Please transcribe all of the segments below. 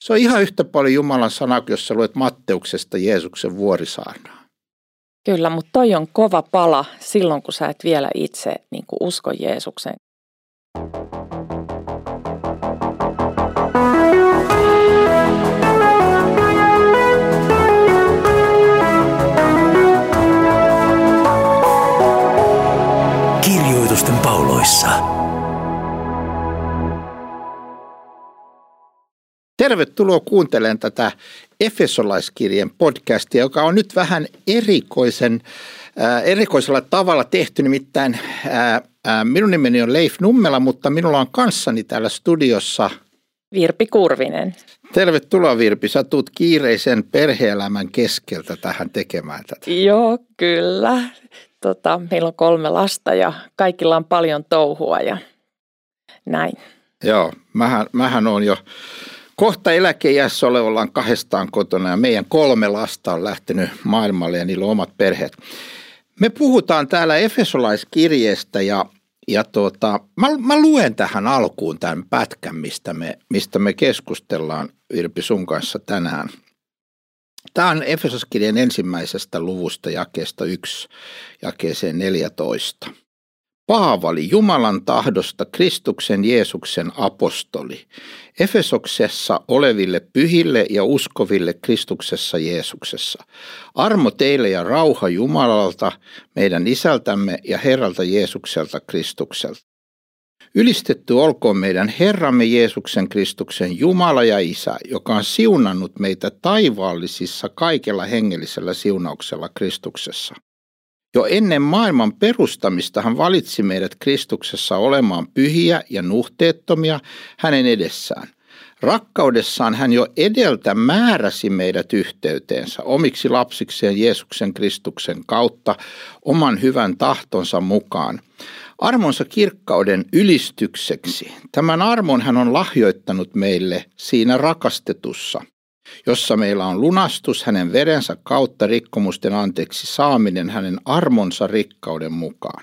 Se on ihan yhtä paljon Jumalan sana, jos sä luet Matteuksesta Jeesuksen vuorisaarnaa. Kyllä, mutta toi on kova pala silloin, kun sä et vielä itse niin kuin usko Jeesukseen. Kirjoitusten pauloissa. Tervetuloa kuuntelemaan tätä Efesolaiskirjeen podcastia, joka on nyt vähän erikoisella tavalla tehty. Nimittäin minun nimeni on Leif Nummela, mutta minulla on kanssani täällä studiossa Virpi Kurvinen. Tervetuloa Virpi, sä tuut kiireisen perhe-elämän keskeltä tähän tekemään tätä. Joo, kyllä. Meillä on 3 lasta ja kaikilla on paljon touhua ja näin. Joo, mähän on jo kohta eläkeiässä ollaan 2 kotona ja meidän 3 lasta on lähtenyt maailmalle ja niillä on omat perheet. Me puhutaan täällä Efesolaiskirjeestä ja mä luen tähän alkuun tämän pätkän, mistä me keskustellaan Virpi sun kanssa tänään. Tämä on Efesoskirjeen 1. luvusta jakeesta 1 jakeeseen 14. Paavali, Jumalan tahdosta Kristuksen Jeesuksen apostoli, Efesoksessa oleville pyhille ja uskoville Kristuksessa Jeesuksessa. Armo teille ja rauha Jumalalta, meidän Isältämme ja Herralta Jeesukselta Kristukselta. Ylistetty olkoon meidän Herramme Jeesuksen Kristuksen Jumala ja Isä, joka on siunannut meitä taivaallisissa kaikella hengellisellä siunauksella Kristuksessa. Jo ennen maailman perustamista hän valitsi meidät Kristuksessa olemaan pyhiä ja nuhteettomia hänen edessään. Rakkaudessaan hän jo edeltä määräsi meidät yhteyteensä omiksi lapsikseen Jeesuksen Kristuksen kautta oman hyvän tahtonsa mukaan. Armonsa kirkkauden ylistykseksi. Tämän armon hän on lahjoittanut meille siinä rakastetussa, jossa meillä on lunastus hänen verensä kautta rikkomusten anteeksi saaminen hänen armonsa rikkauden mukaan.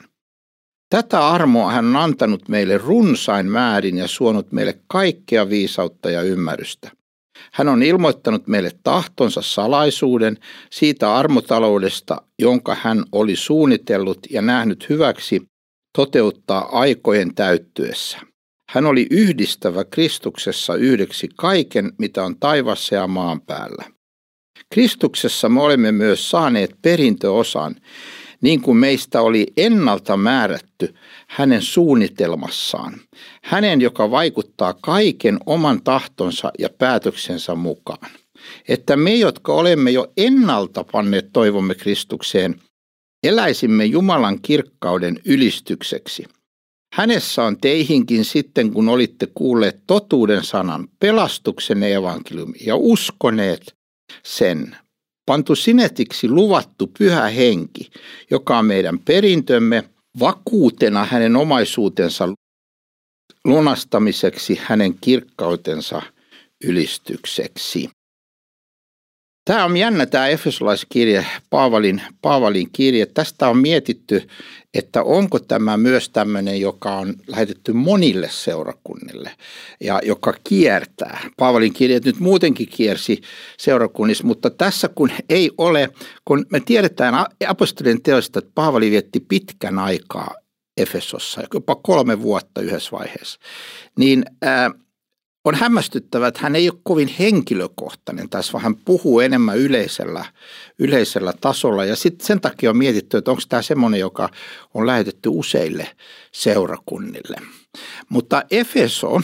Tätä armoa hän on antanut meille runsain määrin ja suonut meille kaikkea viisautta ja ymmärrystä. Hän on ilmoittanut meille tahtonsa salaisuuden siitä armotaloudesta, jonka hän oli suunnitellut ja nähnyt hyväksi toteuttaa aikojen täyttyessä. Hän oli yhdistävä Kristuksessa yhdeksi kaiken, mitä on taivassa ja maan päällä. Kristuksessa me olemme myös saaneet perintöosan, niin kuin meistä oli ennalta määrätty hänen suunnitelmassaan. Hänen, joka vaikuttaa kaiken oman tahtonsa ja päätöksensä mukaan. Että me, jotka olemme jo ennalta panneet toivomme Kristukseen, eläisimme Jumalan kirkkauden ylistykseksi. Hänessä on teihinkin sitten, kun olitte kuulleet totuuden sanan, pelastuksen evankeliumi ja uskoneet sen, pantu sinetiksi luvattu pyhä henki, joka on meidän perintömme vakuutena hänen omaisuutensa lunastamiseksi, hänen kirkkautensa ylistykseksi. Tämä on jännä tämä Efesolaiskirje, Paavalin kirje. Tästä on mietitty, että onko tämä myös tämmöinen, joka on lähetetty monille seurakunnille ja joka kiertää. Paavalin kirjeet nyt muutenkin kiersi seurakunnissa, mutta tässä kun ei ole, kun me tiedetään apostolien teosta, että Paavali vietti pitkän aikaa Efesossa, jopa 3 vuotta yhdessä vaiheessa, niin on hämmästyttävää, että hän ei ole kovin henkilökohtainen tässä, vaan hän puhuu enemmän yleisellä tasolla. Ja sitten sen takia on mietitty, että onko tämä semmoinen, joka on lähetetty useille seurakunnille. Mutta Efeso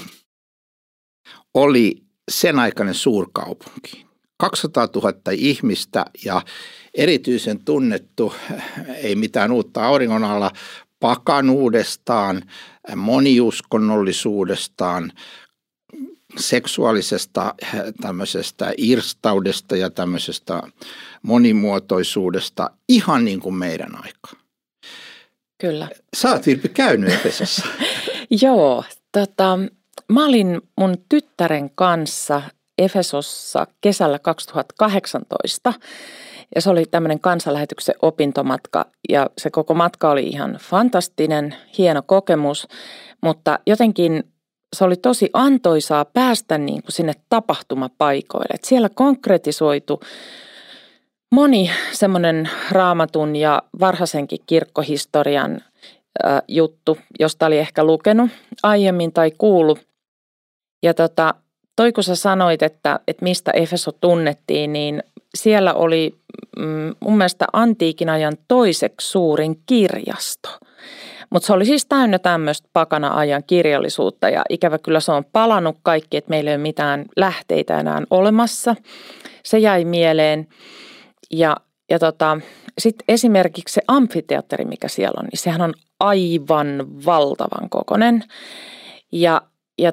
oli sen aikainen suurkaupunki. 200 000 ihmistä ja erityisen tunnettu, ei mitään uutta auringon alla, pakanuudestaan, moniuskonnollisuudestaan, seksuaalisesta tämmöisestä irstaudesta ja tämmöisestä monimuotoisuudesta, ihan niin kuin meidän aikaa. Kyllä. Sä oot, Virpi, käynyt Efesossa. Joo, mä olin mun tyttären kanssa Efesossa kesällä 2018 ja se oli tämmöinen kansanlähetyksen opintomatka ja se koko matka oli ihan fantastinen, hieno kokemus, mutta jotenkin se oli tosi antoisaa päästä niin kuin sinne tapahtumapaikoille. Et siellä konkretisoitu moni semmoinen Raamatun ja varhaisenkin kirkkohistorian juttu, josta oli ehkä lukenut aiemmin tai kuullut. Ja toi kun sä sanoit, että mistä Efeso tunnettiin, niin siellä oli mun mielestä antiikin ajan toiseksi suurin kirjasto. Mutta se oli siis täynnä tämmöistä pakana-ajan kirjallisuutta ja ikävä kyllä se on palannut kaikki, että meillä ei ole mitään lähteitä enää olemassa. Se jäi mieleen ja sitten esimerkiksi se amfiteatteri, mikä siellä on, niin sehän on aivan valtavan kokoinen. Ja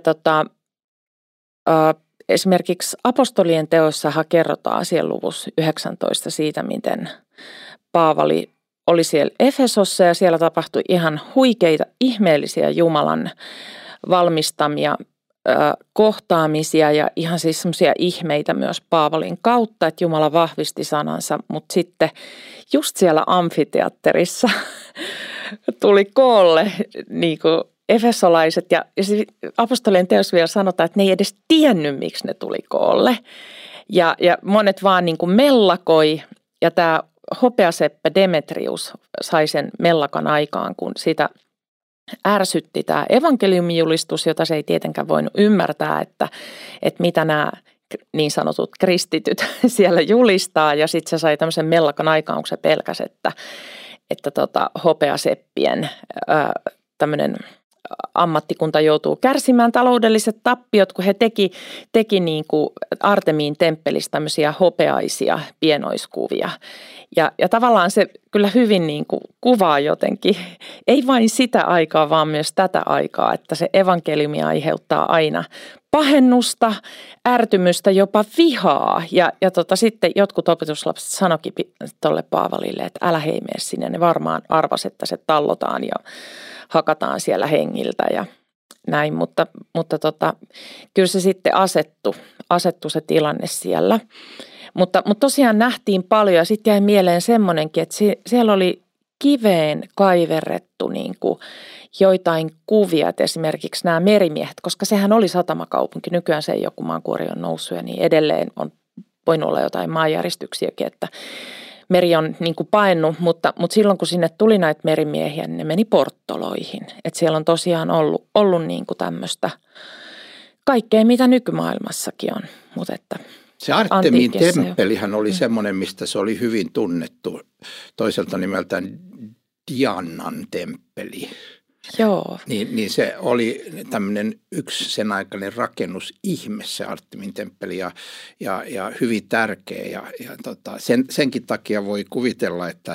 esimerkiksi apostolien teoissahan kerrotaan siellä luvussa 19 siitä, miten Paavali oli siellä Efesossa ja siellä tapahtui ihan huikeita, ihmeellisiä Jumalan valmistamia kohtaamisia ja ihan siis semmoisia ihmeitä myös Paavalin kautta, että Jumala vahvisti sanansa, mutta sitten just siellä amfiteatterissa tuli koolle niin kuin efesolaiset ja apostolien teossa vielä sanotaan, että ne ei edes tiennyt, miksi ne tuli koolle ja monet vaan niin kuin mellakoi ja tämä hopeaseppä Demetrius sai sen mellakan aikaan, kun sitä ärsytti tämä evankeliumijulistus, jota se ei tietenkään voinut ymmärtää, että mitä nämä niin sanotut kristityt siellä julistaa. Ja sitten se sai tämmöisen mellakan aikaan, kun se pelkäsi, että hopeaseppien tämmöinen ammattikunta joutuu kärsimään taloudelliset tappiot, kun he teki niin kuin Artemiin temppelistä tämmöisiä hopeaisia pienoiskuvia. Ja tavallaan se kyllä hyvin niin kuin kuvaa jotenkin, ei vain sitä aikaa, vaan myös tätä aikaa, että se evankeliumi aiheuttaa aina pahennusta, ärtymystä, jopa vihaa. Ja sitten jotkut opetuslapset sanoikin tuolle Paavalille, että älä hei mene sinne, ne varmaan arvasi, että se tallotaan ja hakataan siellä hengiltä ja näin, mutta kyllä se sitten asettui se tilanne siellä. Mutta tosiaan nähtiin paljon ja sitten jäi mieleen semmoinenkin, että siellä oli kiveen kaiverrettu niin kuin joitain kuvia, että esimerkiksi nämä merimiehet, koska sehän oli satamakaupunki, nykyään se ei ole, kun maankuori on noussut ja niin edelleen on voinut olla jotain maanjäristyksiäkin, että meri on niin kuin paennut, mutta silloin kun sinne tuli näitä merimiehiä, niin ne meni porttoloihin. Että siellä on tosiaan ollut niin kuin tämmöistä kaikkea, mitä nykymaailmassakin on. Mutta että se Artemin temppelihän oli semmoinen, mistä se oli hyvin tunnettu, toiselta nimeltään Dianan temppeli. Joo. Niin se oli tämmöinen yksi sen aikainen rakennusihme se Artemin temppeli ja hyvin tärkeä ja senkin takia voi kuvitella, että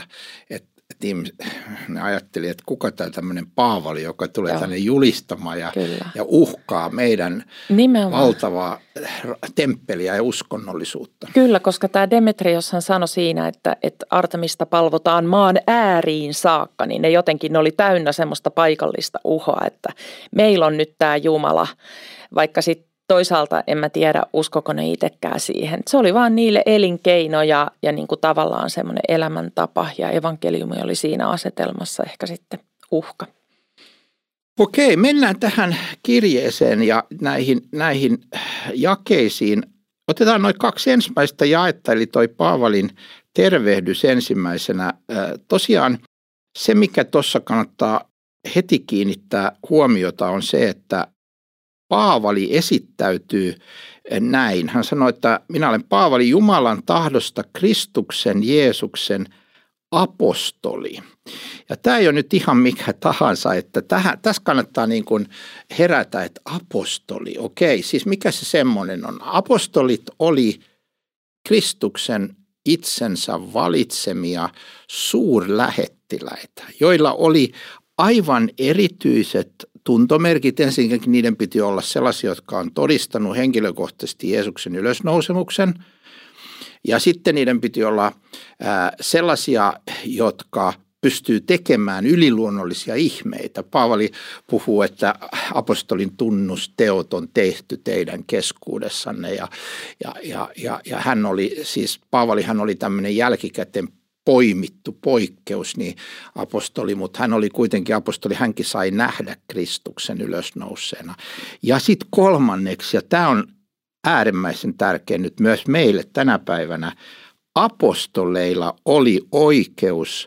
ne ajatteli, että kuka tämä tämmöinen Paavali, joka tulee tänne julistamaan ja uhkaa meidän valtavaa temppeliä ja uskonnollisuutta. Kyllä, koska tämä Demetrioshan sanoi siinä, että Artemista palvotaan maan ääriin saakka, niin ne jotenkin oli täynnä semmoista paikallista uhoa, että meillä on nyt tämä Jumala, vaikka sitten toisaalta en mä tiedä, uskoko ne itsekään siihen. Se oli vaan niille elinkeino ja niin kuin tavallaan semmoinen elämäntapa ja evankeliumi oli siinä asetelmassa ehkä sitten uhka. Okei, mennään tähän kirjeeseen ja näihin jakeisiin. Otetaan noin 2 ensimmäistä jaetta, eli toi Paavalin tervehdys ensimmäisenä. Tosiaan se, mikä tuossa kannattaa heti kiinnittää huomiota, on se, että Paavali esittäytyy näin. Hän sanoi, että minä olen Paavali Jumalan tahdosta Kristuksen Jeesuksen apostoli. Ja tämä ei ole nyt ihan mikä tahansa, että tässä kannattaa niin kuin herätä, että apostoli, okei, siis mikä se semmoinen on? Apostolit oli Kristuksen itsensä valitsemia suurlähettiläitä, joilla oli aivan erityiset tuntomerkit. Ensinnäkin niiden piti olla sellaisia, jotka on todistanut henkilökohtaisesti Jeesuksen ylösnousemuksen. Ja sitten niiden piti olla sellaisia, jotka pystyy tekemään yliluonnollisia ihmeitä. Paavali puhuu, että apostolin tunnusteot on tehty teidän keskuudessanne. Ja hän oli, siis Paavalihan oli tämmöinen jälkikäteen poimittu poikkeus, niin apostoli, mutta hän oli kuitenkin apostoli, hänkin sai nähdä Kristuksen ylösnouseena. Ja sitten kolmanneksi, ja tämä on äärimmäisen tärkeä nyt myös meille tänä päivänä, apostoleilla oli oikeus,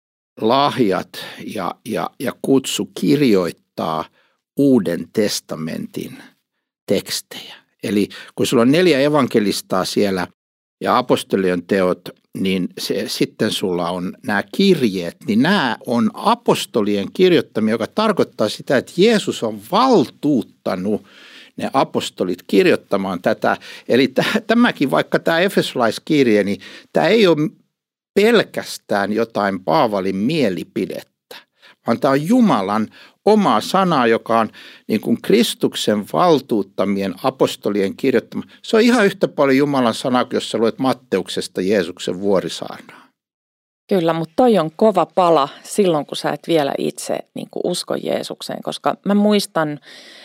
lahjat ja kutsu kirjoittaa Uuden testamentin tekstejä. Eli kun sulla on 4 evankelistaa siellä ja apostolien teot, niin sitten sulla on nämä kirjeet, niin nämä on apostolien kirjoittamia, joka tarkoittaa sitä, että Jeesus on valtuuttanut ne apostolit kirjoittamaan tätä. Eli tämäkin, vaikka tämä efesolaiskirje, niin tämä ei ole pelkästään jotain Paavalin mielipidettä, vaan tämä on Jumalan omaa sanaa, joka on niin kuin Kristuksen valtuuttamien apostolien kirjoittama. Se on ihan yhtä paljon Jumalan sanaa, jos sä luet Matteuksesta Jeesuksen vuorisaarnaa. Kyllä, mutta toi on kova pala silloin, kun sä et vielä itse niin kuin usko Jeesukseen, koska mä muistan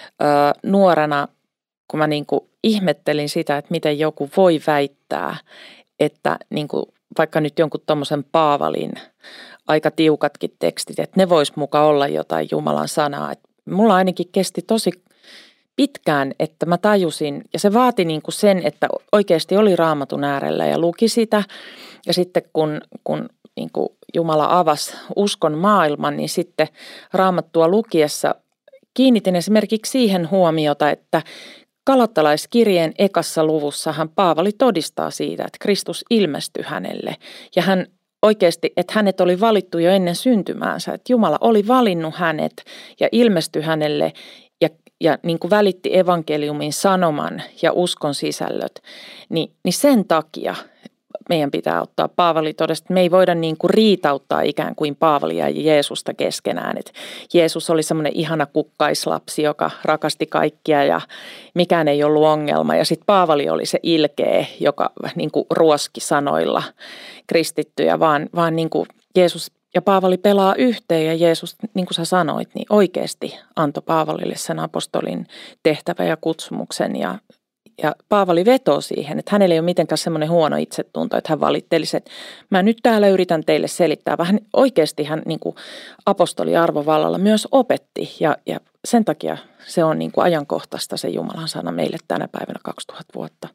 nuorena, kun mä niin kuin ihmettelin sitä, että miten joku voi väittää, että niin kuin vaikka nyt jonkun tommosen Paavalin aika tiukatkin tekstit, että ne vois muka olla jotain Jumalan sanaa. Et mulla ainakin kesti tosi pitkään, että mä tajusin, ja se vaati niin kuin sen, että oikeasti oli Raamatun äärellä ja luki sitä. Ja sitten kun niin kuin Jumala avasi uskon maailman, niin sitten Raamattua lukiessa kiinnitin esimerkiksi siihen huomiota, että Galattalaiskirjeen ekassa luvussahan Paavali todistaa siitä, että Kristus ilmestyi hänelle ja hän oikeasti, että hänet oli valittu jo ennen syntymäänsä, että Jumala oli valinnut hänet ja ilmestyi hänelle ja niin kuin välitti evankeliumin sanoman ja uskon sisällöt, niin sen takia meidän pitää ottaa Paavali todesta, että me ei voida niin kuin riitauttaa ikään kuin Paavalia ja Jeesusta keskenään. Että Jeesus oli semmoinen ihana kukkaislapsi, joka rakasti kaikkia ja mikään ei ollut ongelma. Ja sitten Paavali oli se ilkeä, joka niin kuin ruoski sanoilla kristittyjä, vaan niin kuin Jeesus ja Paavali pelaa yhteen ja Jeesus, niin kuin sä sanoit, niin oikeasti antoi Paavalille sen apostolin tehtävän ja kutsumuksen ja Paavali vetoo siihen, että hänellä ei ole mitenkään semmoinen huono itsetunto, että hän valittelisi, että mä nyt täällä yritän teille selittää. Vähän oikeasti hän niin kuin apostoli arvovallalla myös opetti ja sen takia se on niin kuin ajankohtaista se Jumalan sana meille tänä päivänä 2000 vuotta.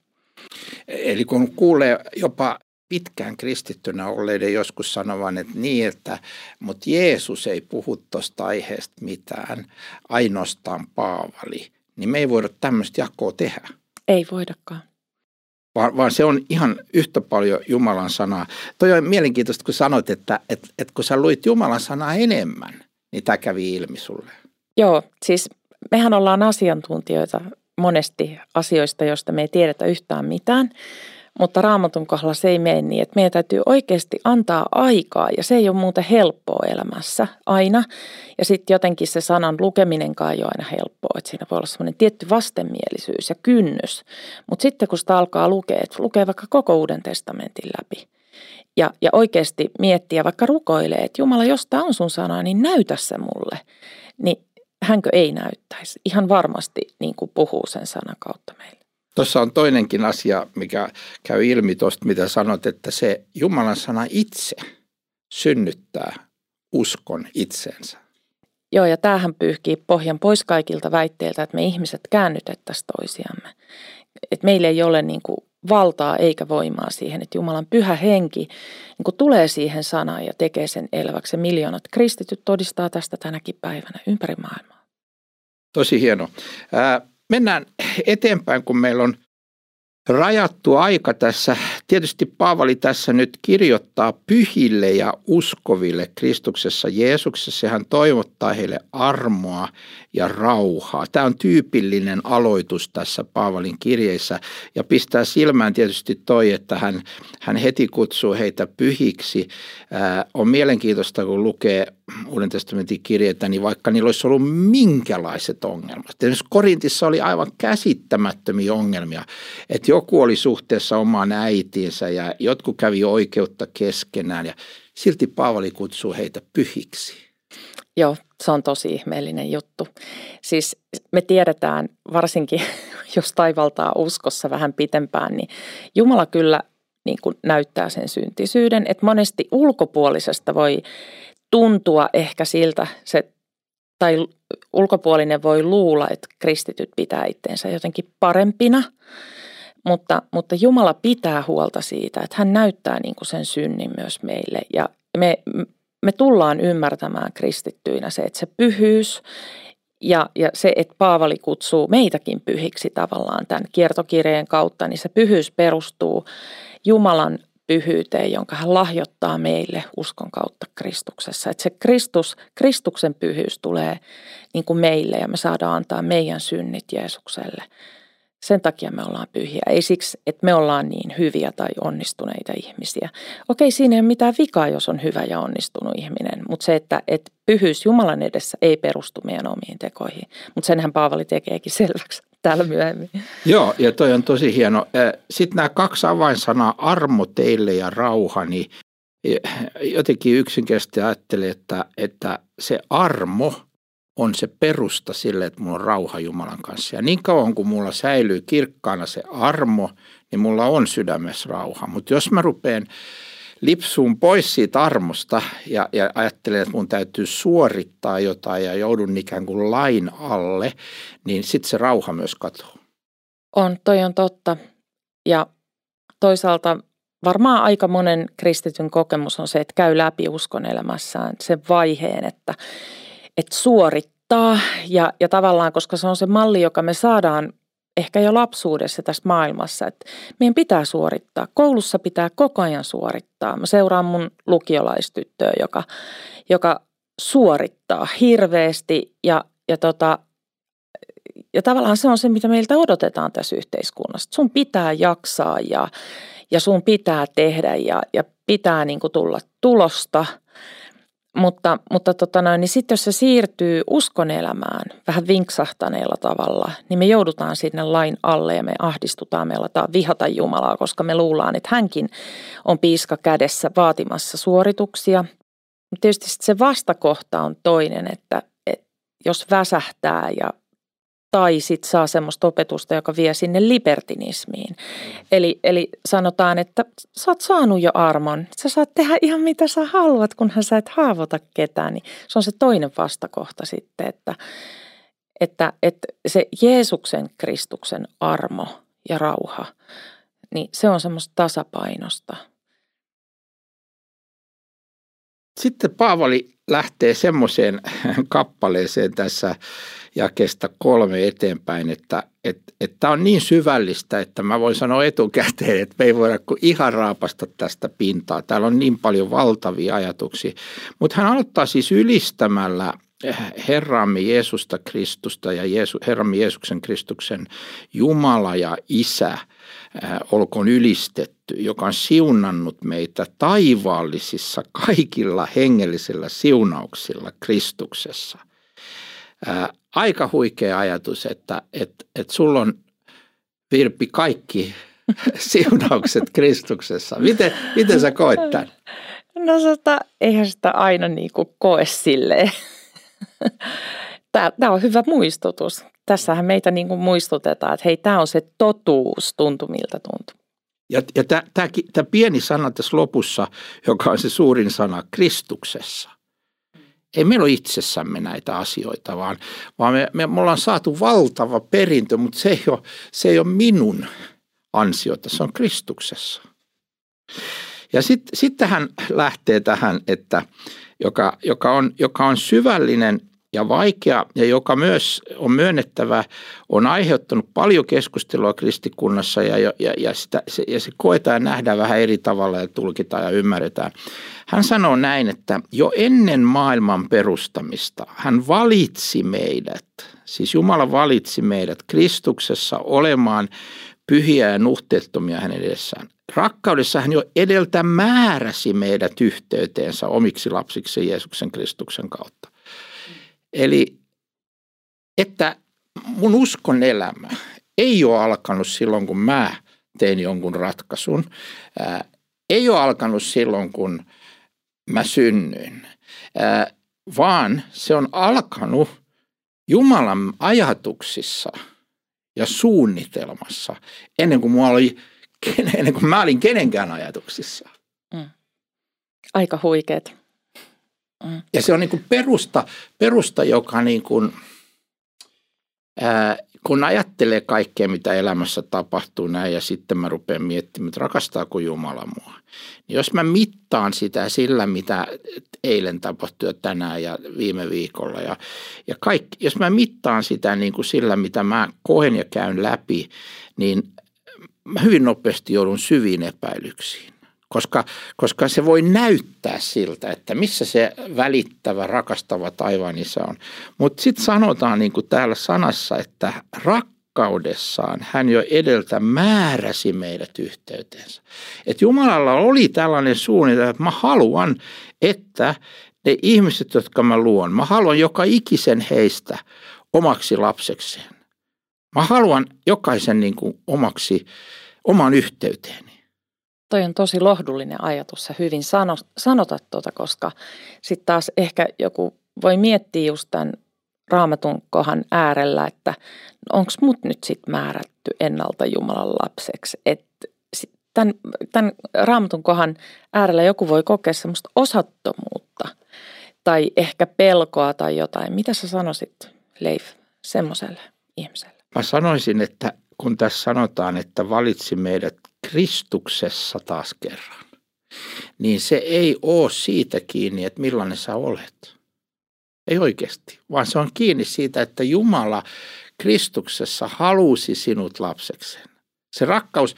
Eli kun kuulee jopa pitkään kristittynä olleiden joskus sanovan, että mutta Jeesus ei puhu tuosta aiheesta mitään, ainoastaan Paavali, niin me ei voida tämmöistä jakoa tehdä. Ei voidakaan. Vaan se on ihan yhtä paljon Jumalan sanaa. Toi on mielenkiintoista, kun sanoit, että kun sä luit Jumalan sanaa enemmän, niin tämä kävi ilmi sulle. Joo, siis mehän ollaan asiantuntijoita monesti asioista, joista me ei tiedetä yhtään mitään. Mutta Raamatun kohdalla se ei mene niin, että meidän täytyy oikeasti antaa aikaa ja se ei ole muuten helppoa elämässä aina. Ja sitten jotenkin se sanan lukeminenkaan ei ole aina helppoa, että siinä voi olla semmoinen tietty vastenmielisyys ja kynnys. Mutta sitten kun sitä alkaa lukea, että lukee vaikka koko Uuden testamentin läpi ja oikeasti miettiä, vaikka rukoilee, että Jumala, jos tämä on sun sana, niin näytä se mulle. Niin hänkö ei näyttäisi? Ihan varmasti niin kuin puhuu sen sanan kautta meille. Tuossa on toinenkin asia, mikä käy ilmi tuosta, mitä sanot, että se Jumalan sana itse synnyttää uskon itseensä. Joo, ja tämähän pyyhkii pohjan pois kaikilta väitteiltä, että me ihmiset käännytettäisiin toisiamme. Että meillä ei ole niin kuin valtaa eikä voimaa siihen, että Jumalan pyhä henki niin kuin tulee siihen sanaan ja tekee sen eläväksi. Miljoonat kristityt todistaa tästä tänäkin päivänä ympäri maailmaa. Tosi hieno. Mennään eteenpäin, kun meillä on rajattu aika tässä. Tietysti Paavali tässä nyt kirjoittaa pyhille ja uskoville Kristuksessa Jeesuksessa. Hän toivottaa heille armoa ja rauhaa. Tämä on tyypillinen aloitus tässä Paavalin kirjeissä ja pistää silmään tietysti toi, että hän heti kutsuu heitä pyhiksi. On mielenkiintoista, kun lukee Uuden testamentin kirjeitä, niin vaikka niillä olisi ollut minkälaiset ongelmat. Esimerkiksi Korintissa oli aivan käsittämättömiä ongelmia, että joku oli suhteessa omaan äitiinsä ja jotkut kävi oikeutta keskenään ja silti Paavali kutsuu heitä pyhiksi. Joo, se on tosi ihmeellinen juttu. Siis me tiedetään, varsinkin jos taivaltaa uskossa vähän pitempään, niin Jumala kyllä niin kuin näyttää sen syntisyyden. Että monesti ulkopuolisesta voi tuntua ehkä siltä, tai ulkopuolinen voi luulla, että kristityt pitää itseensä jotenkin parempina, mutta Jumala pitää huolta siitä, että hän näyttää niin kuin sen synnin myös meille. Ja me tullaan ymmärtämään kristittyinä se, että se pyhyys ja se, että Paavali kutsuu meitäkin pyhiksi tavallaan tämän kiertokirjeen kautta, niin se pyhyys perustuu Jumalan pyhyyteen, jonka hän lahjoittaa meille uskon kautta Kristuksessa. Että se Kristuksen pyhyys tulee niin kuin meille ja me saadaan antaa meidän synnit Jeesukselle. Sen takia me ollaan pyhiä. Ei siksi, että me ollaan niin hyviä tai onnistuneita ihmisiä. Okei, siinä ei ole mitään vikaa, jos on hyvä ja onnistunut ihminen. Mutta se, että pyhyys Jumalan edessä ei perustu meidän omiin tekoihin. Mutta senhän Paavali tekeekin selväksi täällä myöhemmin. Joo, ja toi on tosi hieno. Sitten nämä 2 avainsanaa, armo teille ja rauha, niin jotenkin yksinkertaisesti ajattelee, että se armo on se perusta sille, että mulla on rauha Jumalan kanssa. Ja niin kauan kun mulla säilyy kirkkaana se armo, niin mulla on sydämessä rauha. Mutta jos mä rupean lipsuun pois siitä armosta ja ajattelen, että mun täytyy suorittaa jotain ja joudun ikään kuin lain alle, niin sitten se rauha myös katoaa. Toi on totta. Ja toisaalta varmaan aika monen kristityn kokemus on se, että käy läpi uskon elämässään sen vaiheen, että suorittaa ja tavallaan, koska se on se malli, joka me saadaan ehkä jo lapsuudessa tässä maailmassa, että meidän pitää suorittaa. Koulussa pitää koko ajan suorittaa. Mä seuraan mun lukiolaistyttöä, joka suorittaa hirveästi ja tavallaan se on se, mitä meiltä odotetaan tässä yhteiskunnassa. Sun pitää jaksaa ja sun pitää tehdä ja pitää niin kuin tulla tulosta. Mutta niin sitten jos se siirtyy uskon elämään vähän vinksahtaneella tavalla, niin me joudutaan sinne lain alle ja me ahdistutaan, me aletaan vihata Jumalaa, koska me luullaan, että hänkin on piiska kädessä vaatimassa suorituksia. Mutta tietysti se vastakohta on toinen, että jos väsähtää tai sitten saa semmoista opetusta, joka vie sinne libertinismiin. Eli sanotaan, että sä oot saanut jo armon. Sä saat tehdä ihan mitä sä haluat, kunhan sä et haavoita ketään. Niin se on se toinen vastakohta sitten, että se Jeesuksen Kristuksen armo ja rauha, niin se on semmoista tasapainosta. Sitten Paavali lähtee semmoiseen kappaleeseen tässä jakeesta 3 eteenpäin, että tämä on niin syvällistä, että mä voin sanoa etukäteen, että me ei voida kuin ihan raapasta tästä pintaa. Täällä on niin paljon valtavia ajatuksia, mutta hän aloittaa siis ylistämällä Herramme Jeesusta Kristusta ja Herramme Jeesuksen Kristuksen Jumala ja Isä olkoon ylistetty, joka on siunannut meitä taivaallisissa kaikilla hengellisillä siunauksilla Kristuksessa. Aika huikea ajatus, että sulla on, Virpi, kaikki siunaukset Kristuksessa. Miten sä koet tämän? No eihän sitä aina niin kuin koe silleen. Tämä on hyvä muistutus. Tässähän meitä niin kuin muistutetaan, että hei, tämä on se totuus, tuntuu miltä tuntuu. Ja tämä pieni sana tässä lopussa, joka on se suurin sana, Kristuksessa. Ei meillä ole itsessämme näitä asioita, vaan me ollaan saatu valtava perintö, mutta se ei ole minun ansiota, se on Kristuksessa. Ja sitten hän lähtee tähän, että joka on syvällinen ja vaikea ja joka myös on myönnettävä, on aiheuttanut paljon keskustelua kristikunnassa ja se koetaan ja nähdään vähän eri tavalla ja tulkitaan ja ymmärretään. Hän sanoo näin, että jo ennen maailman perustamista hän valitsi meidät, siis Jumala valitsi meidät Kristuksessa olemaan pyhiä ja nuhteettomia hänen edessään. Rakkaudessa hän jo edeltä määräsi meidät yhteyteensä omiksi lapsiksi Jeesuksen Kristuksen kautta. Eli että mun uskon elämä ei ole alkanut silloin, kun mä tein jonkun ratkaisun. Ei ole alkanut silloin, kun mä synnyin, vaan se on alkanut Jumalan ajatuksissa ja suunnitelmassa ennen kuin mulla oli ennen kuin mä olin kenenkään ajatuksissa. Aika huikeet. Ja se on niin kuin perusta, joka niin kuin, kun ajattelee kaikkea, mitä elämässä tapahtuu näin ja sitten mä rupean miettimään, että rakastaako Jumala mua. Niin jos mä mittaan sitä sillä, mitä eilen tapahtui ja tänään ja viime viikolla ja kaikki, jos mä mittaan sitä niin kuin sillä, mitä mä koen ja käyn läpi, niin mä hyvin nopeasti joudun syviin epäilyksiin. Koska se voi näyttää siltä, että missä se välittävä, rakastava taivaan isä on. Mutta sitten sanotaan niin kuin täällä sanassa, että rakkaudessaan hän jo edeltä määräsi meidät yhteyteensä. Että Jumalalla oli tällainen suunnitelma, että mä haluan, että ne ihmiset, jotka mä luon, mä haluan joka ikisen heistä omaksi lapsekseen. Mä haluan jokaisen niin kuin oman yhteyteeni. Toi on tosi lohdullinen ajatus, sä hyvin sanotat koska sitten taas ehkä joku voi miettiä just tämän Raamatun kohan äärellä, että onko mut nyt sitten määrätty ennalta Jumalan lapseksi. Että tämän Raamatun kohan äärellä joku voi kokea semmoista osattomuutta tai ehkä pelkoa tai jotain. Mitä sä sanoisit, Leif, semmoiselle ihmiselle? Mä sanoisin, että kun tässä sanotaan, että valitsi meidät Kristuksessa taas kerran, niin se ei ole siitä kiinni, että millainen sä olet. Ei oikeasti, vaan se on kiinni siitä, että Jumala Kristuksessa halusi sinut lapsekseen. Se rakkaus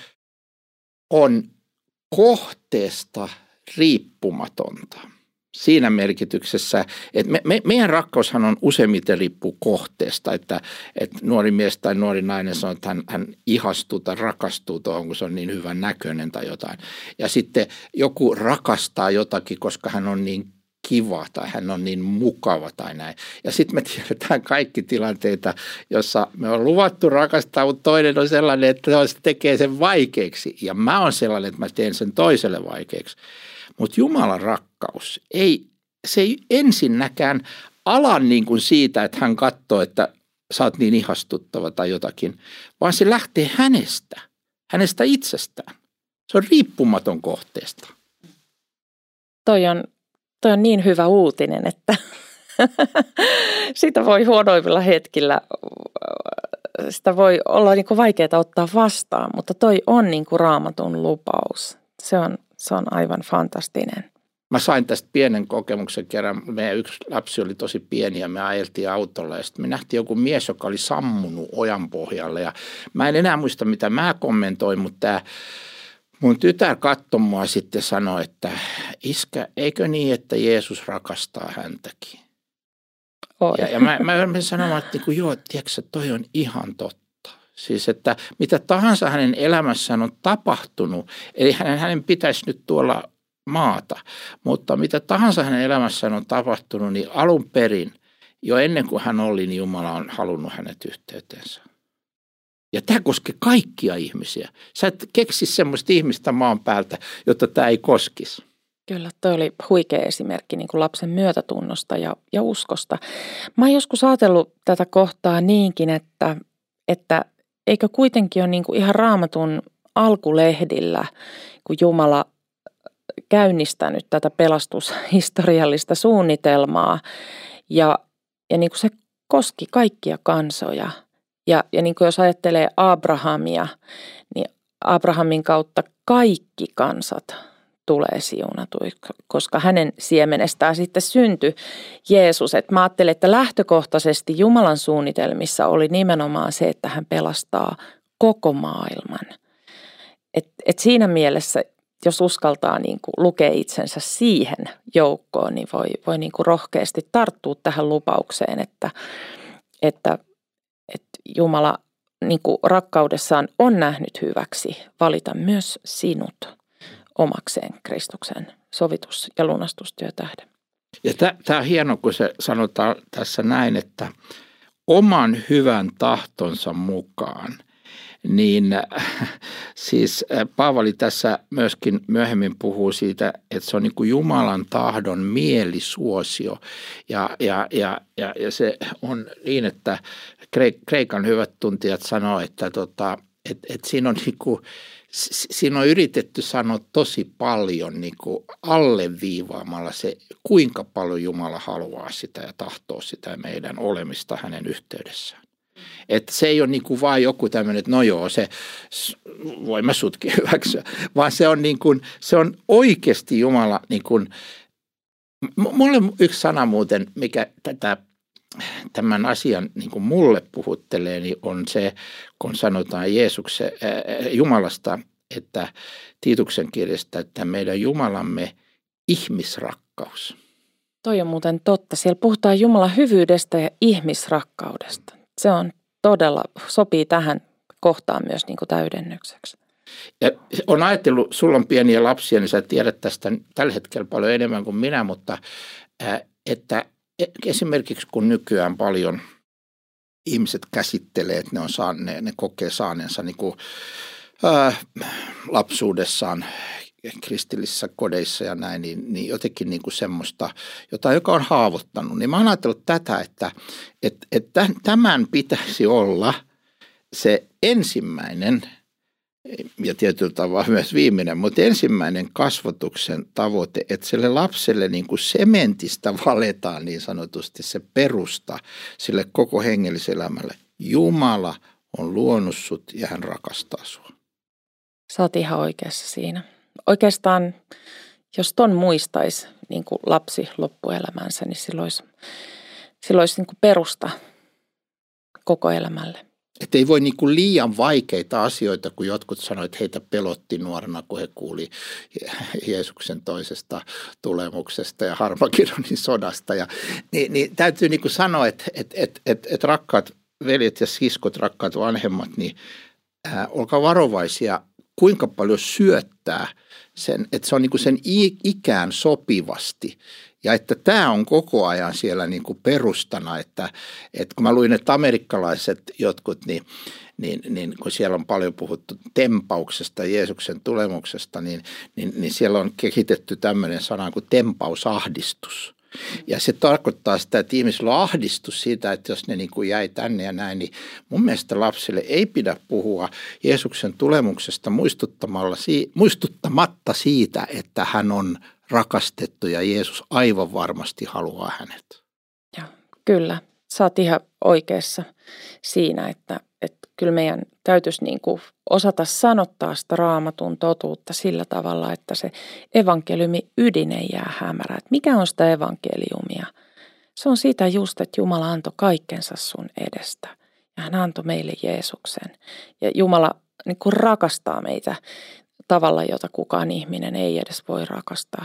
on kohteesta riippumatonta. Siinä merkityksessä, että meidän rakkaushan on useimmiten riippuu kohteesta, että nuori mies tai nuori nainen sanoo, että hän ihastuu tai rakastuu tuohon, kun se on niin hyvän näköinen tai jotain. Ja sitten joku rakastaa jotakin, koska hän on niin kiva tai hän on niin mukava tai näin. Ja sitten me tiedetään kaikki tilanteita, jossa me on luvattu rakastaa, mutta toinen on sellainen, että se tekee sen vaikeaksi. Ja mä oon sellainen, että mä teen sen toiselle vaikeaksi. Mutta Jumalan rakkaus se ei ensinnäkään ala niin kuin siitä, että hän katsoo, että sä oot niin ihastuttava tai jotakin, vaan se lähtee hänestä itsestään. Se on riippumaton kohteesta. Toi on niin hyvä uutinen, että sitä voi huonoimmilla hetkillä, sitä voi olla niin kuin vaikeaa ottaa vastaan, mutta toi on niin kuin Raamatun lupaus. Se on aivan fantastinen. Mä sain tästä pienen kokemuksen kerran. Meidän yksi lapsi oli tosi pieni ja me ajeltiin autolla ja sitten me nähtiin joku mies, joka oli sammunut ojan pohjalle. Ja mä en enää muista, mitä mä kommentoin, mutta tämä mun tytär katsoi mua sitten ja sanoi, että iskä, eikö niin, että Jeesus rakastaa häntäkin? Ja mä sanoin, että joo, tiedätkö, toi on ihan totta. Siis, että mitä tahansa hänen elämässään on tapahtunut, eli hänen pitäisi nyt tuolla maata, mutta mitä tahansa hänen elämässään on tapahtunut, niin alun perin, jo ennen kuin hän oli, niin Jumala on halunnut hänet yhteyteensä. Ja tämä koskee kaikkia ihmisiä. Sä et keksi semmoista ihmistä maan päältä, jotta tämä ei koskisi. Kyllä, toi oli huikea esimerkki niin kuin lapsen myötätunnosta ja uskosta. Mä oon joskus ajatellut tätä kohtaa niinkin, että eikö kuitenkin ole niin kuin ihan Raamatun alkulehdillä, kun Jumala käynnistänyt tätä pelastushistoriallista suunnitelmaa ja niin kuin se koski kaikkia kansoja. Ja niin kuin jos ajattelee Abrahamia, niin Abrahamin kautta kaikki kansat tulee siunatuiksi, koska hänen siemenestään sitten syntyi Jeesus. Et mä ajattelen, että lähtökohtaisesti Jumalan suunnitelmissa oli nimenomaan se, että hän pelastaa koko maailman. Et siinä mielessä, jos uskaltaa niin kuin lukea itsensä siihen joukkoon, niin voi niin kuin rohkeasti tarttua tähän lupaukseen, että Jumala niin kuin rakkaudessaan on nähnyt hyväksi valita myös sinut omakseen Kristuksen sovitus- ja lunastustyö tähden. Ja tämä on hieno, kun se sanotaan tässä näin, että oman hyvän tahtonsa mukaan, niin siis Paavali tässä myöskin myöhemmin puhuu siitä, että se on niin kuin Jumalan tahdon mielisuosio. Ja se on niin, että Kreikan hyvät tuntijat sanoo, että siinä on niin kuin, siinä on yritetty sanoa tosi paljon niin kuin alleviivaamalla se, kuinka paljon Jumala haluaa sitä ja tahtoo sitä meidän olemista hänen yhteydessään. Että se ei ole niin kuin vaan joku tämmöinen, että no joo, se voin mä sutkin hyväksyä, vaan se on, niin kuin, se on oikeasti Jumala, niin kuin, mulle yksi sana muuten, mikä tämän asian niin kuin mulle puhuttelee, niin on se, kun sanotaan Jumalasta, että Tiituksen kirjasta, että meidän Jumalamme ihmisrakkaus. Toi on muuten totta. Siellä puhutaan Jumalan hyvyydestä ja ihmisrakkaudesta. Se on todella, sopii tähän kohtaan myös niin kuin täydennykseksi. Ja on ajatellut, sulla on pieniä lapsia, niin sä tiedät tästä tällä hetkellä paljon enemmän kuin minä, mutta että esimerkiksi kun nykyään paljon ihmiset käsittelee, että ne kokee saaneensa niin kuin, lapsuudessaan kristillisissä kodeissa ja näin, niin jotenkin niin kuin semmoista, joka on haavoittanut. Niin mä oon ajatellut tätä, että tämän pitäisi olla se ensimmäinen ja tietyllä tavalla myös viimeinen, mutta ensimmäinen kasvatuksen tavoite, että sille lapselle niin kuin sementistä valetaan niin sanotusti se perusta sille koko hengelliselämälle. Jumala on luonut sut ja hän rakastaa sua. Sä oot ihan oikeassa siinä. Oikeastaan, jos ton muistaisi niin kuin lapsi loppuelämänsä, niin silloin olisi niin kuin perusta koko elämälle. Että ei voi niin kuin liian vaikeita asioita, kun jotkut sanoivat, että heitä pelotti nuorena, kun he kuuli Jeesuksen toisesta tulemuksesta ja Harmagedonin sodasta. Niin täytyy niin kuin sanoa, että rakkaat veljet ja siskot, rakkaat vanhemmat, niin olkaa varovaisia, kuinka paljon syöttää sen, että se on niin kuin sen ikään sopivasti. Ja että tämä on koko ajan siellä niin kuin perustana, että kun mä luin, että amerikkalaiset jotkut, niin kun siellä on paljon puhuttu tempauksesta, Jeesuksen tulemuksesta, niin siellä on kehitetty tämmöinen sana kuin tempausahdistus. Ja se tarkoittaa sitä, että ihmisillä on ahdistus siitä, että jos ne niin kuin jäi tänne ja näin, niin mun mielestä lapsille ei pidä puhua Jeesuksen tulemuksesta muistuttamatta siitä, että hän on rakastettu ja Jeesus aivan varmasti haluaa hänet. Ja, kyllä, sä oot ihan oikeassa siinä, että kyllä meidän täytyisi niin kuin osata sanottaa sitä Raamatun totuutta sillä tavalla, että se evankeliumi ydin ei jää hämärään. Että mikä on sitä evankeliumia? Se on siitä just, että Jumala antoi kaikkensa sun edestä ja hän antoi meille Jeesuksen. Ja Jumala niin kuin rakastaa meitä tavalla, jota kukaan ihminen ei edes voi rakastaa.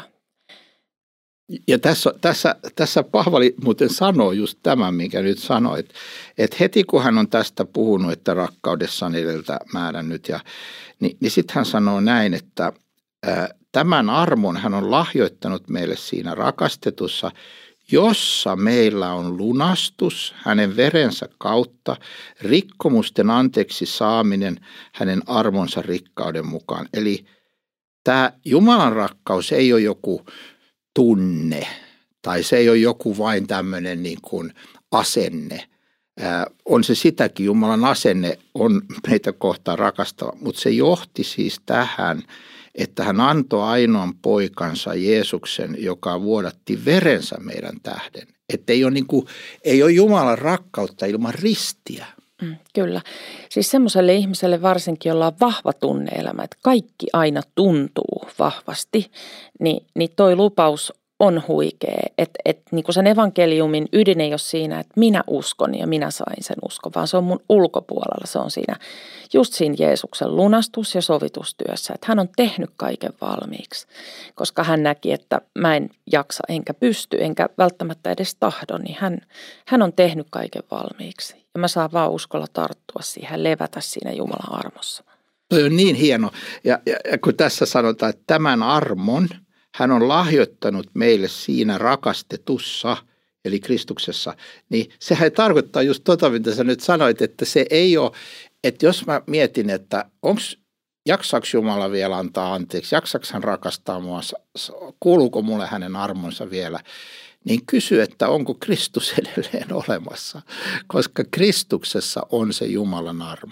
Ja tässä Paavali muuten sanoo just tämän, minkä nyt sanoit, että heti kun hän on tästä puhunut, että rakkaudessa on edeltä määrännyt, niin sitten hän sanoo näin, että tämän armon hän on lahjoittanut meille siinä rakastetussa, jossa meillä on lunastus hänen verensä kautta, rikkomusten anteeksi saaminen hänen armonsa rikkauden mukaan. Eli tämä Jumalan rakkaus ei ole joku tunne tai se ei ole joku vain tämmöinen niin kuin asenne. On se sitäkin, Jumalan asenne on meitä kohtaan rakastava, mutta se johti siis tähän, että hän antoi ainoan poikansa Jeesuksen, joka vuodatti verensä meidän tähden. Että ei ole Jumalan rakkautta ilman ristiä. Kyllä. Siis semmoiselle ihmiselle varsinkin, jolla on vahva tunne-elämä, että kaikki aina tuntuu vahvasti, niin toi lupaus on huikea. Että niin kuin sen evankeliumin ydin ei ole siinä, että minä uskon ja minä sain sen uskon, vaan se on mun ulkopuolella. Se on siinä just siinä Jeesuksen lunastus- ja sovitustyössä, että hän on tehnyt kaiken valmiiksi, koska hän näki, että mä en jaksa enkä pysty enkä välttämättä edes tahdo, niin hän on tehnyt kaiken valmiiksi. Ja mä saan vaan uskolla tarttua siihen, levätä siinä Jumalan armossa. Se on niin hieno. Ja kun tässä sanotaan, että tämän armon hän on lahjoittanut meille siinä rakastetussa, eli Kristuksessa, niin sehän tarkoittaa just mitä sä nyt sanoit, että se ei ole, että jos mä mietin, että jaksaako Jumala vielä antaa anteeksi, jaksaako hän rakastaa mua, kuuluuko mulle hänen armonsa vielä, niin kysy, että onko Kristus edelleen olemassa, koska Kristuksessa on se Jumalan armo.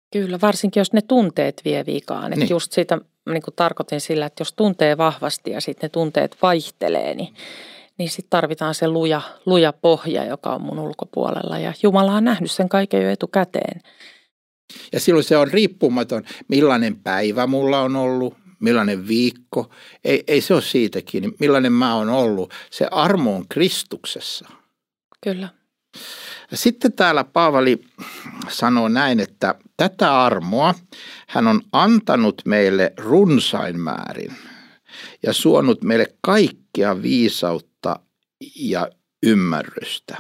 Kyllä, varsinkin jos ne tunteet vie vikaan. Että just sitä niin kuin tarkoitin sillä, että jos tuntee vahvasti ja sitten ne tunteet vaihtelee, niin sitten tarvitaan se luja pohja, joka on mun ulkopuolella. Ja Jumala on nähnyt sen kaiken jo etukäteen. Ja silloin se on riippumaton, millainen päivä mulla on ollut, millainen viikko. Ei se ole siitäkin, millainen mä oon ollut. Se armo on Kristuksessa. Kyllä. Sitten täällä Paavali sanoo näin, että tätä armoa hän on antanut meille runsain määrin ja suonut meille kaikkea viisautta ja ymmärrystä.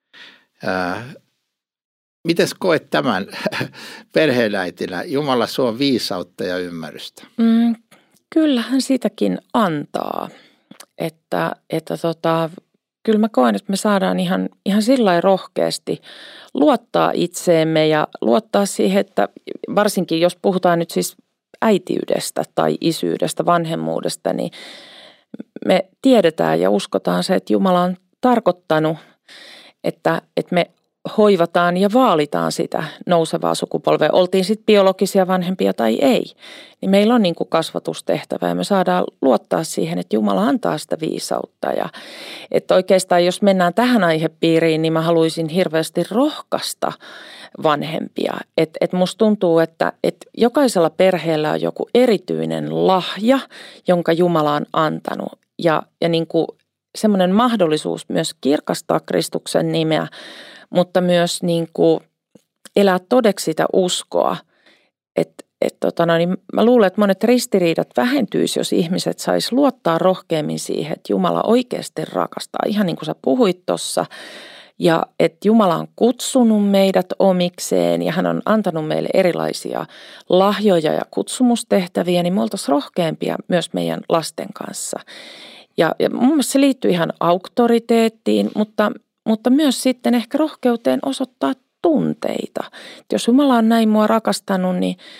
Mites koet tämän perheenäitinä? Jumala suo viisautta ja ymmärrystä. Kyllähän sitäkin antaa, että kyllä mä koen, että me saadaan ihan sillä rohkeasti luottaa itseemme ja luottaa siihen, että varsinkin jos puhutaan nyt siis äitiydestä tai isyydestä, vanhemmuudesta, niin me tiedetään ja uskotaan se, että Jumala on tarkoittanut, että me hoivataan ja vaalitaan sitä nousevaa sukupolvea. Oltiin sitten biologisia vanhempia tai ei, niin meillä on niin kuin kasvatustehtävä ja me saadaan luottaa siihen, että Jumala antaa sitä viisautta. Ja että oikeastaan jos mennään tähän aihepiiriin, niin mä haluaisin hirveästi rohkaista vanhempia. Että musta tuntuu, että jokaisella perheellä on joku erityinen lahja, jonka Jumala on antanut ja niin kuin semmoinen mahdollisuus myös kirkastaa Kristuksen nimeä, mutta myös niin kuin elää todeksi sitä uskoa. Niin mä luulen, että monet ristiriidat vähentyisi, jos ihmiset sais luottaa rohkeammin siihen, että Jumala oikeasti rakastaa. Ihan niin kuin sä puhuit tuossa. Ja että Jumala on kutsunut meidät omikseen ja hän on antanut meille erilaisia lahjoja ja kutsumustehtäviä, niin me oltaisiin rohkeampia myös meidän lasten kanssa. Ja mun mielestä se liittyy ihan auktoriteettiin, mutta myös sitten ehkä rohkeuteen osoittaa tunteita. Et jos Jumala on näin mua rakastanut,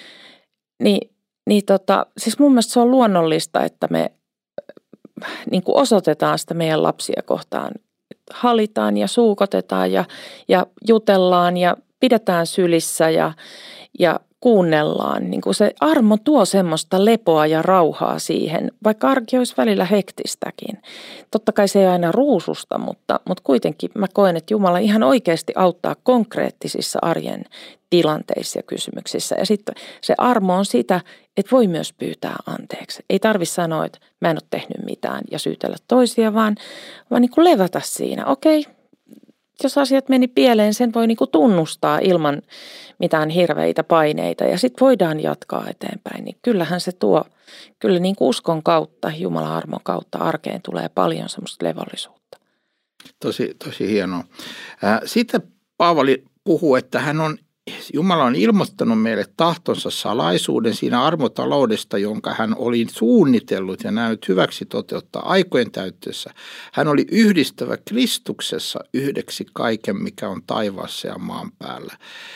siis mun mielestä se on luonnollista, että me niin kuin osoitetaan sitä meidän lapsia kohtaan. Halitaan ja suukotetaan ja jutellaan ja pidetään sylissä ja kuunnellaan. Niin kuin se armo tuo semmoista lepoa ja rauhaa siihen, vaikka arki olisi välillä hektistäkin. Totta kai se ei aina ruususta, mutta kuitenkin mä koen, että Jumala ihan oikeasti auttaa konkreettisissa arjen tilanteissa ja kysymyksissä. Ja sitten se armo on sitä, että voi myös pyytää anteeksi. Ei tarvitse sanoa, että mä en ole tehnyt mitään ja syytellä toisia, vaan niin kuin levätä siinä. Okei, jos asiat meni pieleen, sen voi niin kuin tunnustaa ilman mitään hirveitä paineita ja sitten voidaan jatkaa eteenpäin. Niin kyllähän se tuo, kyllä niin kuin uskon kautta, Jumalan armon kautta arkeen tulee paljon semmoista levollisuutta. Tosi hienoa. Sitten Paavali puhuu, että Jumala on ilmoittanut meille tahtonsa salaisuuden siinä armotaloudesta, jonka hän oli suunnitellut ja näynyt hyväksi toteuttaa aikojen täyttyessä. Hän oli yhdistävä Kristuksessa yhdeksi kaiken, mikä on taivaassa ja maan päällä.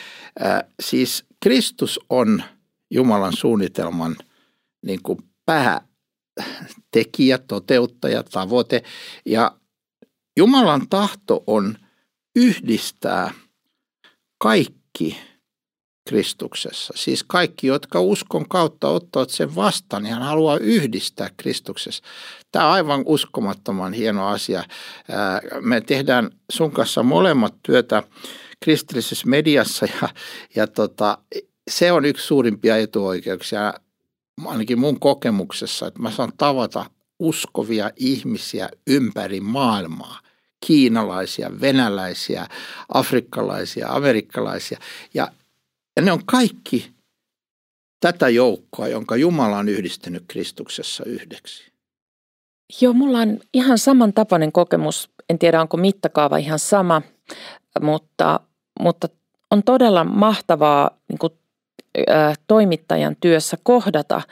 Siis Kristus on Jumalan suunnitelman niin kuin päätekijä, toteuttaja, tavoite. Ja Jumalan tahto on yhdistää kaikki Kristuksessa. Siis kaikki, jotka uskon kautta ottavat sen vastaan, niin hän haluaa yhdistää Kristuksessa. Tämä on aivan uskomattoman hieno asia. Me tehdään sun kanssa molemmat työtä kristillisessä mediassa ja se on yksi suurimpia etuoikeuksia, ainakin mun kokemuksessa, että mä saan tavata uskovia ihmisiä ympäri maailmaa. Kiinalaisia, venäläisiä, afrikkalaisia, amerikkalaisia ja ne on kaikki tätä joukkoa, jonka Jumala on yhdistänyt Kristuksessa yhdeksi. Joo, mulla on ihan samantapainen kokemus. En tiedä, onko mittakaava ihan sama, mutta on todella mahtavaa niin kuin, toimittajan työssä kohdata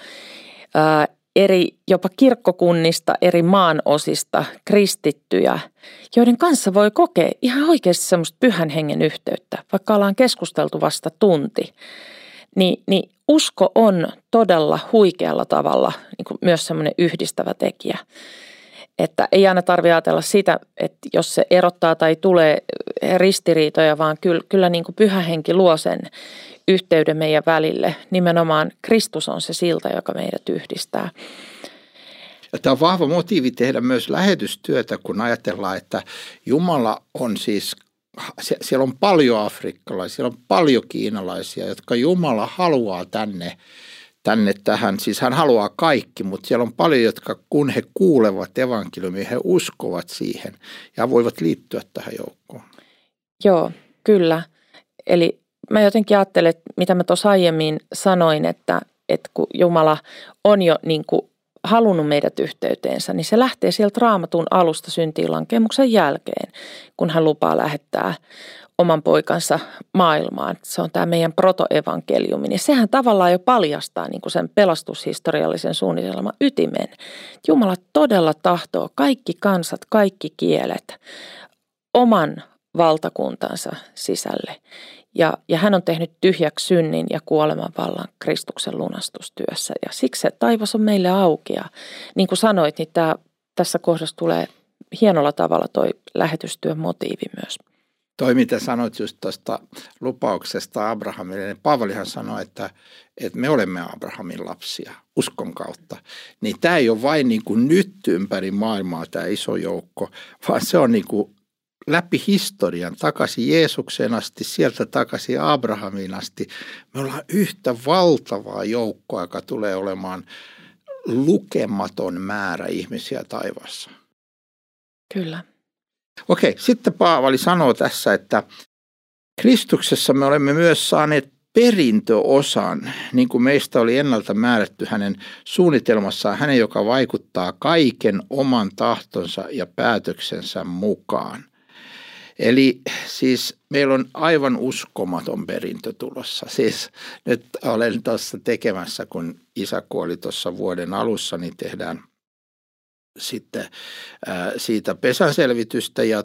jopa kirkkokunnista, eri maanosista kristittyjä, joiden kanssa voi kokea ihan oikeasti semmoista pyhän hengen yhteyttä, vaikka ollaan keskusteltu vasta tunti. Niin usko on todella huikealla tavalla niin kuin myös semmoinen yhdistävä tekijä. Että ei aina tarvitse ajatella sitä, että jos se erottaa tai tulee ristiriitoja, vaan kyllä niin kuin pyhä henki luo sen yhteyden meidän välille. Nimenomaan Kristus on se silta, joka meidät yhdistää. Ja tämä on vahva motiivi tehdä myös lähetystyötä, kun ajatellaan, että Jumala on siis, siellä on paljon afrikkalaisia, siellä on paljon kiinalaisia, jotka Jumala haluaa tänne tähän. Siis hän haluaa kaikki, mutta siellä on paljon, jotka kun he kuulevat evankeliumia, he uskovat siihen ja voivat liittyä tähän joukkoon. Joo, kyllä. Eli mä jotenkin ajattelen, että mitä mä tuossa aiemmin sanoin, että kun Jumala on jo niin kuin halunnut meidät yhteyteensä, niin se lähtee sieltä Raamatun alusta syntiinlankemuksen jälkeen, kun hän lupaa lähettää oman poikansa maailmaan. Se on tämä meidän protoevankeliumi, niin sehän tavallaan jo paljastaa niin kuin sen pelastushistoriallisen suunnitelman ytimen. Jumala todella tahtoo kaikki kansat, kaikki kielet oman valtakuntansa sisälle. Ja hän on tehnyt tyhjäksi synnin ja kuoleman vallan Kristuksen lunastustyössä. Ja siksi se taivas on meille auki. Ja niin kuin sanoit, niin tässä kohdassa tulee hienolla tavalla toi lähetystyön motiivi myös. Toi, mitä sanoit just tuosta lupauksesta Abrahamille, niin Paavalihan sanoi, että me olemme Abrahamin lapsia uskon kautta. Niin tämä ei ole vain niin kuin nyt ympäri maailmaa tämä iso joukko, vaan se on niin kuin läpi historian, takaisin Jeesukseen asti, sieltä takaisin Abrahamiin asti. Me ollaan yhtä valtavaa joukkoa, joka tulee olemaan lukematon määrä ihmisiä taivaassa. Kyllä. Okei, sitten Paavali sanoo tässä, että Kristuksessa me olemme myös saaneet perintöosan, niin kuin meistä oli ennalta määrätty hänen suunnitelmassaan, hänen, joka vaikuttaa kaiken oman tahtonsa ja päätöksensä mukaan. Eli siis meillä on aivan uskomaton perintö tulossa. Siis nyt olen tuossa tekemässä, kun isä kuoli tuossa vuoden alussa, niin tehdään sitten siitä pesänselvitystä ja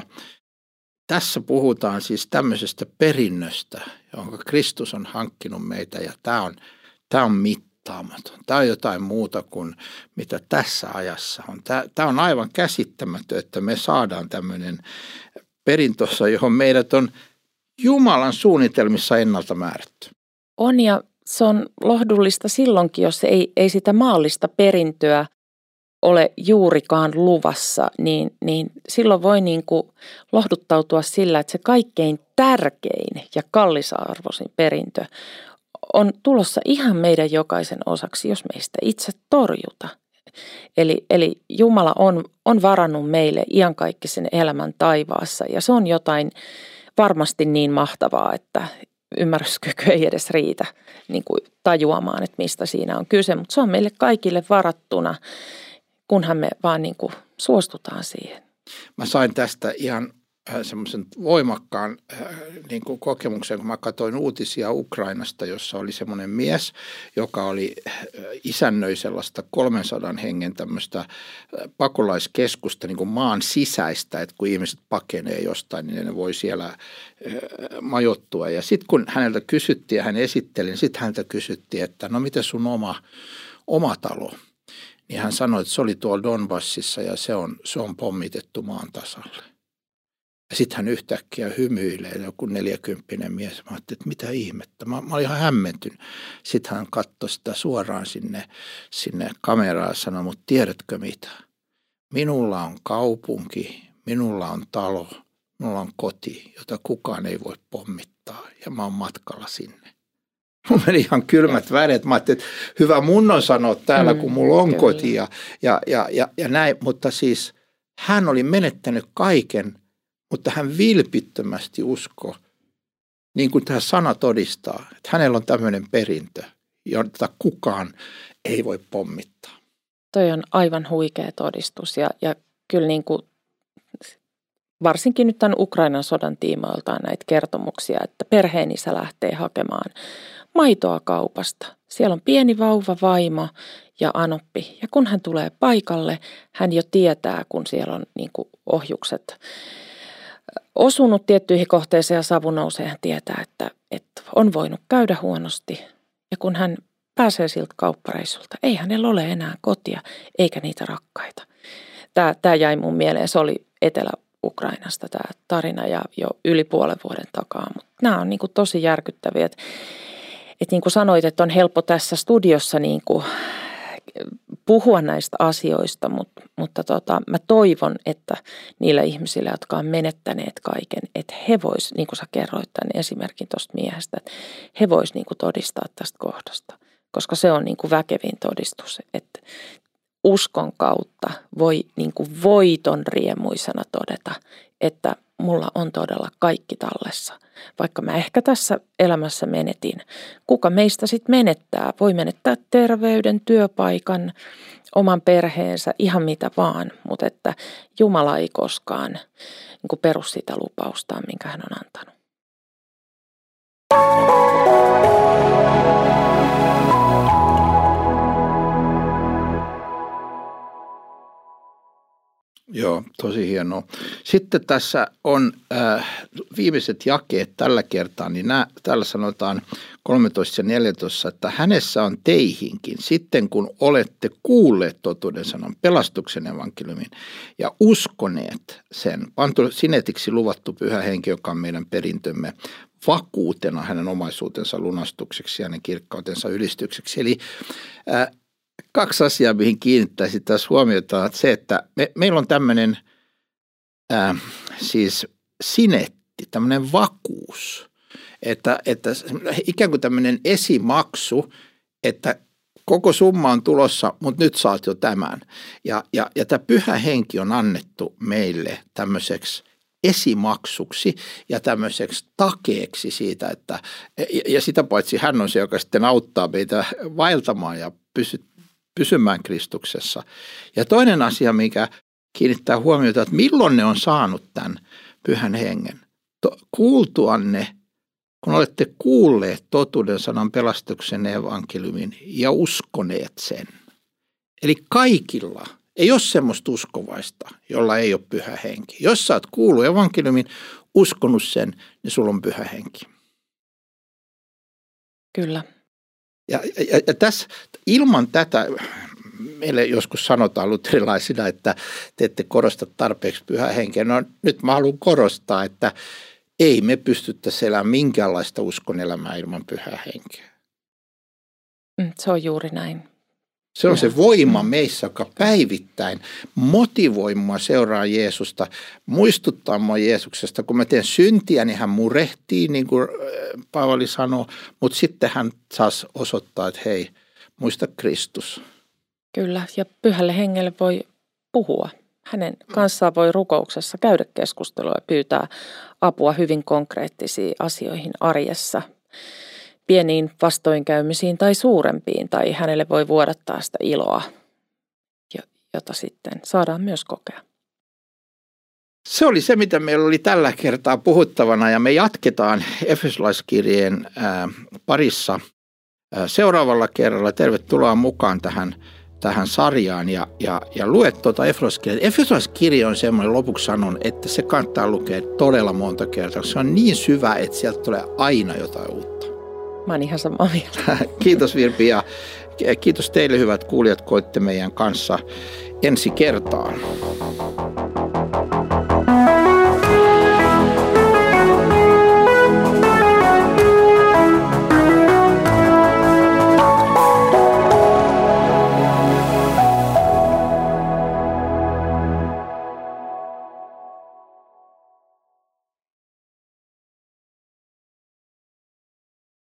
tässä puhutaan siis tämmöisestä perinnöstä, jonka Kristus on hankkinut meitä ja tämä on mittaamaton. Tämä on jotain muuta kuin mitä tässä ajassa on. Tämä on aivan käsittämätön, että me saadaan tämmöinen perintössä, johon meidät on Jumalan suunnitelmissa ennalta määrätty. On ja se on lohdullista silloinkin, jos ei sitä maallista perintöä ole juurikaan luvassa, niin silloin voi niin kuin lohduttautua sillä, että se kaikkein tärkein ja kallisarvoisin perintö on tulossa ihan meidän jokaisen osaksi, jos meistä itse torjuta. Eli Jumala on varannut meille iankaikkisen elämän taivaassa ja se on jotain varmasti niin mahtavaa, että ymmärryskyky ei edes riitä niin kuin tajuamaan, että mistä siinä on kyse, mutta se on meille kaikille varattuna, kunhan me vaan niin kuin suostutaan siihen. Mä sain tästä ihan semmoisen voimakkaan niin kuin kokemuksen, kun mä katsoin uutisia Ukrainasta, jossa oli semmoinen mies, joka oli isännöi sellaista 300 hengen tämmöistä pakolaiskeskusta niin kuin maan sisäistä, että kun ihmiset pakenee jostain, niin ne voi siellä majoittua. Ja sitten kun häneltä kysyttiin ja hän esitteli, niin sitten häneltä kysyttiin, että no miten sun oma talo? Niin hän sanoi, että se oli tuolla Donbassissa ja se on pommitettu maan tasalle. Ja sitten hän yhtäkkiä hymyilee, joku 40 mies. Mä ajattelin, että mitä ihmettä. Mä olin ihan hämmentynyt. Sitten hän katsoi sitä suoraan sinne kameraan ja sanoi, mutta tiedätkö mitä? Minulla on kaupunki, minulla on talo, minulla on koti, jota kukaan ei voi pommittaa. Ja mä oon matkalla sinne. Mulla meni ihan kylmät väret. Mä ajattelin, että hyvä mun on sanoa täällä, kun mulla on koti ja näin. Mutta siis hän oli menettänyt kaiken, mutta hän vilpittömästi uskoi, niin kuin tämä sana todistaa, että hänellä on tämmöinen perintö, jota kukaan ei voi pommittaa. Toi on aivan huikea todistus ja kyllä niin kuin varsinkin nyt tämän Ukrainan sodan tiimoiltaan näitä kertomuksia, että perheenisä lähtee hakemaan maitoa kaupasta. Siellä on pieni vauva, vaimo ja anoppi. Ja kun hän tulee paikalle, hän jo tietää, kun siellä on niin kuin ohjukset osunut tiettyihin kohteisiin ja savu nousee, hän tietää, että on voinut käydä huonosti. Ja kun hän pääsee siltä kauppareissulta, ei hänellä ole enää kotia eikä niitä rakkaita. Tämä jäi mun mieleen, se oli Ukrainasta tämä tarina ja jo yli puolen vuoden takaa. Mutta nämä on niin kuin tosi järkyttäviä. Että niin kuin sanoit, että on helppo tässä studiossa niin kuin puhua näistä asioista, mutta mä toivon, että niillä ihmisillä, jotka on menettäneet kaiken, että he vois, niin kuin sä kerroit tämän esimerkin tuosta miehestä, että he vois niin kuin todistaa tästä kohdasta, koska se on niin kuin väkevin todistus, että uskon kautta voi niin kuin voiton riemuisena todeta, että mulla on todella kaikki tallessa. Vaikka mä ehkä tässä elämässä menetin. Kuka meistä sitten menettää? Voi menettää terveyden, työpaikan, oman perheensä, ihan mitä vaan. Mutta että Jumala ei koskaan niin kuin peru sitä lupaustaan, minkä hän on antanut. Joo, tosi hienoa. Sitten tässä on viimeiset jakeet tällä kertaa, niin täällä sanotaan 13 ja 14, että hänessä on teihinkin, sitten kun olette kuulleet totuuden sanan, pelastuksen evankeliumin ja uskoneet sen, pantu sinetiksi luvattu Pyhä Henki, joka on meidän perintömme, vakuutena hänen omaisuutensa lunastukseksi ja hänen kirkkautensa ylistykseksi. Eli kaksi asiaa, mihin kiinnittäisin tässä huomiota, on se, että meillä on tämmöinen siis sinetti, tämmöinen vakuus, että ikään kuin tämmöinen esimaksu, että koko summa on tulossa, mutta nyt saat jo tämän. Ja tämä Pyhä Henki on annettu meille tämmöiseksi esimaksuksi ja tämmöiseksi takeeksi siitä, että ja sitä paitsi hän on se, joka sitten auttaa meitä vaeltamaan ja pysymään Kristuksessa. Ja toinen asia, mikä kiinnittää huomiota, että milloin ne on saanut tämän Pyhän Hengen. Kuultuanne, kun olette kuulleet totuuden sanan, pelastuksen evankeliumin ja uskoneet sen. Eli kaikilla ei ole semmoista uskovaista, jolla ei ole Pyhä Henki. Jos sä oot kuullut evankeliumin, uskonut sen, niin sulla on Pyhä Henki. Kyllä. Ja tässä ilman tätä, meille joskus sanotaan luterilaisina, että te ette korosta tarpeeksi Pyhää Henkeä. No nyt mä haluan korostaa, että ei me pystyttäisi elämään minkäänlaista uskon elämää ilman Pyhää Henkeä. Se on juuri näin. Se on se voima meissä, joka päivittäin motivoi mua seuraamaan Jeesusta, muistuttaa mua Jeesuksesta. Kun mä teen syntiä, niin hän murehtii, niin kuin Paavali sanoo, mutta sitten hän taas osoittaa, että hei, muista Kristus. Kyllä, ja Pyhälle Hengelle voi puhua. Hänen kanssaan voi rukouksessa käydä keskustelua ja pyytää apua hyvin konkreettisiin asioihin arjessa. Pieniin vastoinkäymisiin tai suurempiin, tai hänelle voi vuodattaa sitä iloa, jota sitten saadaan myös kokea. Se oli se, mitä meillä oli tällä kertaa puhuttavana, ja me jatketaan Efesolaiskirjeen parissa seuraavalla kerralla. Tervetuloa mukaan tähän sarjaan ja lue Efesolaiskirjaa. Efesolaiskirja on semmoinen, lopuksi sanon, että se kannattaa lukea todella monta kertaa. Se on niin syvä, että sieltä tulee aina jotain uutta. Mä oon ihan samaa mieltä. Kiitos Virpi ja kiitos teille hyvät kuulijat, koitte meidän kanssa ensi kertaan.